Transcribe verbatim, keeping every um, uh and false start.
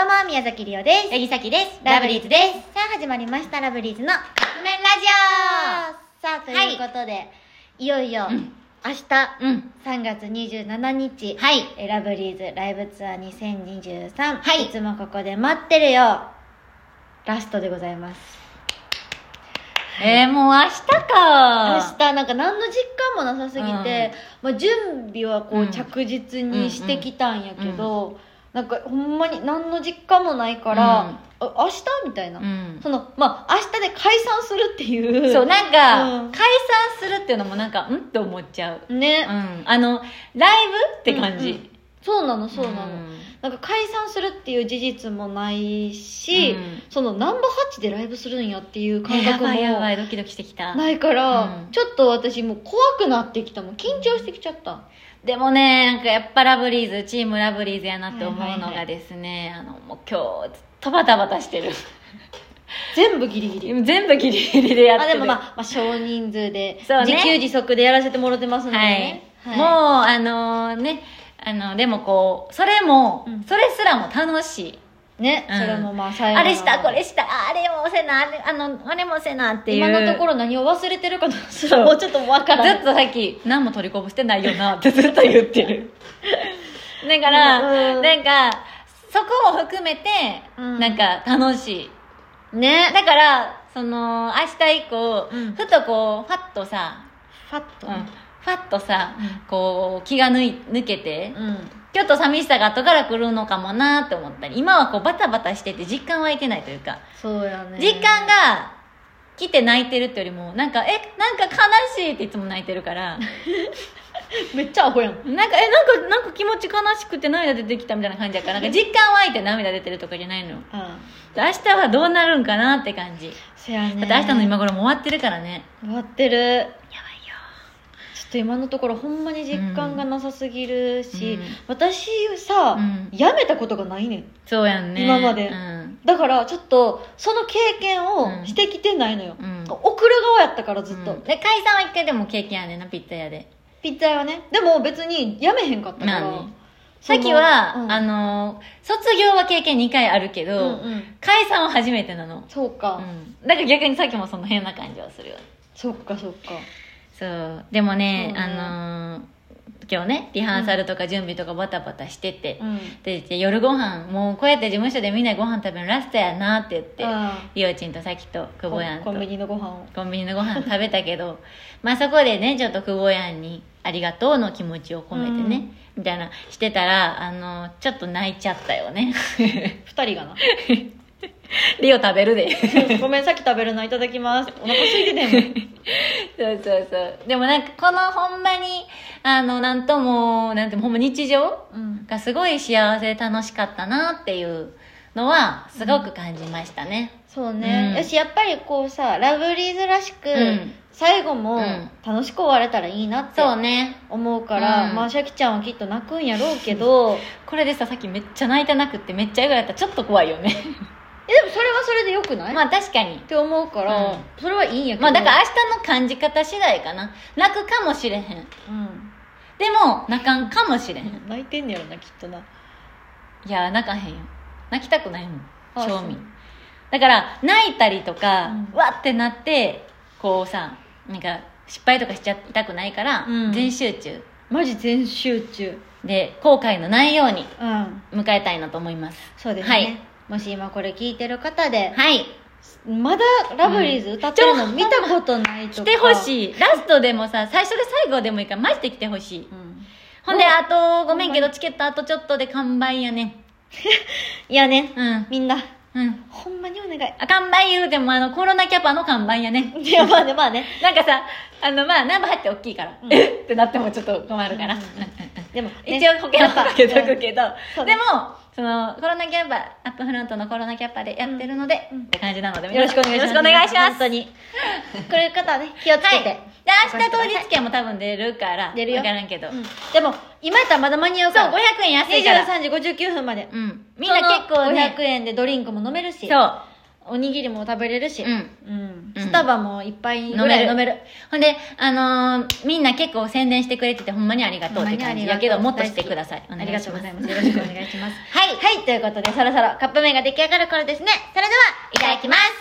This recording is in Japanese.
どうも、宮崎りおです。 八木崎です。 ラブリーズです。さあ、始まりました、ラブリーズのカップ麺ラジオ。さあ、ということで、はい、いよいよ、うん、明日、うん、さんがつにじゅうしちにち、はい、ラブリーズライブツアーにせんにじゅうさん、はい、いつもここで待ってるよ、ラストでございます。 えー、もう明日か。 明日、なんか何の実感もなさすぎて、うん、まあ、準備はこう着実にしてきたんやけど、うんうん、なんかほんまに何の実感もないから、うん、あ明日みたいな、うん、そのまあ明日で解散するっていう、 そうなんか、うん、解散するっていうのもなんかうんって思っちゃうね、うん、あのライブって感じ、うんうん、 そうなのそうなの、うん、なんか解散するっていう事実もないし、うん、そのナンバーはちでライブするんやっていう感覚もやばいやばいドキドキしてきたないから、うん、ちょっと私もう怖くなってきた、もう緊張してきちゃった。 でもね、なんかやっぱラブリーズ、チームラブリーズやなって思うのがですね、はいはいはい、あのもう今日ずっとバタバタしてる全部ギリギリ全部ギリギリでやってる。 あでもまあ、まあ、少人数で、ね、自給自足でやらせてもらってますのでね、 はいはい、もうあのー、ねあのでもこうそれも、うん、それすらも楽しいね、うん、それもまあ最後あれしたこれしたあれもせなあれあのあれもせなっていう今のところ何を忘れてるかもうちょっと分からない。 ずっとさっき何も取りこぼしてないよなってずっと言ってるだから、うん、なんかそこを含めて、うん、なんか楽しいね。だからその明日以降、うん、ふとこうファッとさファッと、うん、 ファッとさ、うん、こう気が抜い抜けて、うん、ちょっと寂しさが後から来るのかもなって思ったり、今はこうバタバタしてて実感湧いてないというか、 そうやね、 実感が来て泣いてるってよりもなんかえなんか悲しいっていつも泣いてるからめっちゃアホやん。 なんかえなんかなんか気持ち悲しくて涙出てきたみたいな感じやから、なんか実感湧いて涙出てるとかじゃないのよ、うん、明日はどうなるんかなって感じ。 そやね、 だって明日の今頃も終わってるからね。 終わってる。ちょっと今のところほんまに実感がなさすぎるし、うん、私さ、うん、辞めたことがないねん。 そうやんね、 今まで、うん、だからちょっとその経験をしてきてないのよ、うん、送る側やったからずっと、うん、 で解散は一回でも経験やねんな、ピッツァ屋で。 ピッツァ屋はね、でも別に辞めへんかったから、 ね、さっきは、うん、あの卒業は経験にかいあるけど、うんうん、解散は初めてなの。 そうか、 うん、だから逆にさっきもその変な感じはするよね。 そっかそっか。 そうでもね、あのー、今日ねリハーサルとか準備とかバタバタしてて、うん、で夜ご飯もうこうやって事務所でみんなご飯食べるのラストやなって言って、りおちんとさきと久保やんとコンビニのご飯をコンビニのご飯食べたけどまあそこでねちょっと久保やんにありがとうの気持ちを込めてね、うん、みたいなしてたら、あのー、ちょっと泣いちゃったよね二人がなリオ食べるでごめん、さっき食べるのいただきます。お腹空いててんもんそうそうそう。でもなんかこのほんまにあのなんともなんてほんま日常がすごい幸せで楽しかったなっていうのはすごく感じましたね、 うん、そうね、うん、よしやっぱりこうさラブリーズらしく、うん、最後も楽しく終われたらいいなって思うから、うん、まあシャキちゃんはきっと泣くんやろうけどこれでささっきめっちゃ泣いてなくってめっちゃ笑顔やったらちょっと怖いよねえでもそれはそれでよくない？ まあ確かにって思うから、うん、それはいいんやけど、 まあだから明日の感じ方次第かな。泣くかもしれへん、うん、でも泣かんかもしれへん。 泣いてんねやろなきっとな。 いや泣かへんよ、泣きたくないもん正味。だから泣いたりとか、うん、わってなってこうさなんか失敗とかしちゃいたくないから、うん、全集中マジ全集中で後悔のないように迎えたいなと思います、 うん、そうですね、はい、もし今これ聞いてる方で、 はい、 まだラブリーズ歌ってるの見たことないとか、 来てほしい。ラストでもさ最初で最後でもいいからマジで来てほしい、うん、ほんであとごめんけどチケットあとちょっとで完売やねいやね、 うん、 みんなうん、 ほんまにお願い。 あ完売言うてもあのコロナキャパの完売やね。 いやまあねまあねなんかさあのまあナンバー入って大きいから、うん、えってなってもちょっと困るから、うんうんうん、 でも、ね、 一応保険はかけとくけど、うん、でもそのコロナキャパアップフロントのコロナキャパでやってるので、うん、って感じなのでよろしくお願いします。 よろしくお願いします。 本当にこれ方はね気をつけて、はい、 で明日当日券も多分出るから出るよ分からんけど、うん、 でも今やったらまだ間に合うからそうごひゃくえん安いからにじゅうさんじごじゅうきゅうふんまで、 うん、みんな結構ねごひゃくえんでドリンクも飲めるしそうおにぎりも食べれるし、 うんうん、スタバもいっぱいぐらい飲める。 ほんで、あのー、みんな結構宣伝してくれててほんまにありがとうって感じやけど、もっとしてください。 ありがとうございます。よろしくお願いします。はい。はい、ということで、そろそろカップ麺が出来上がる頃ですね。それでは、いただきます。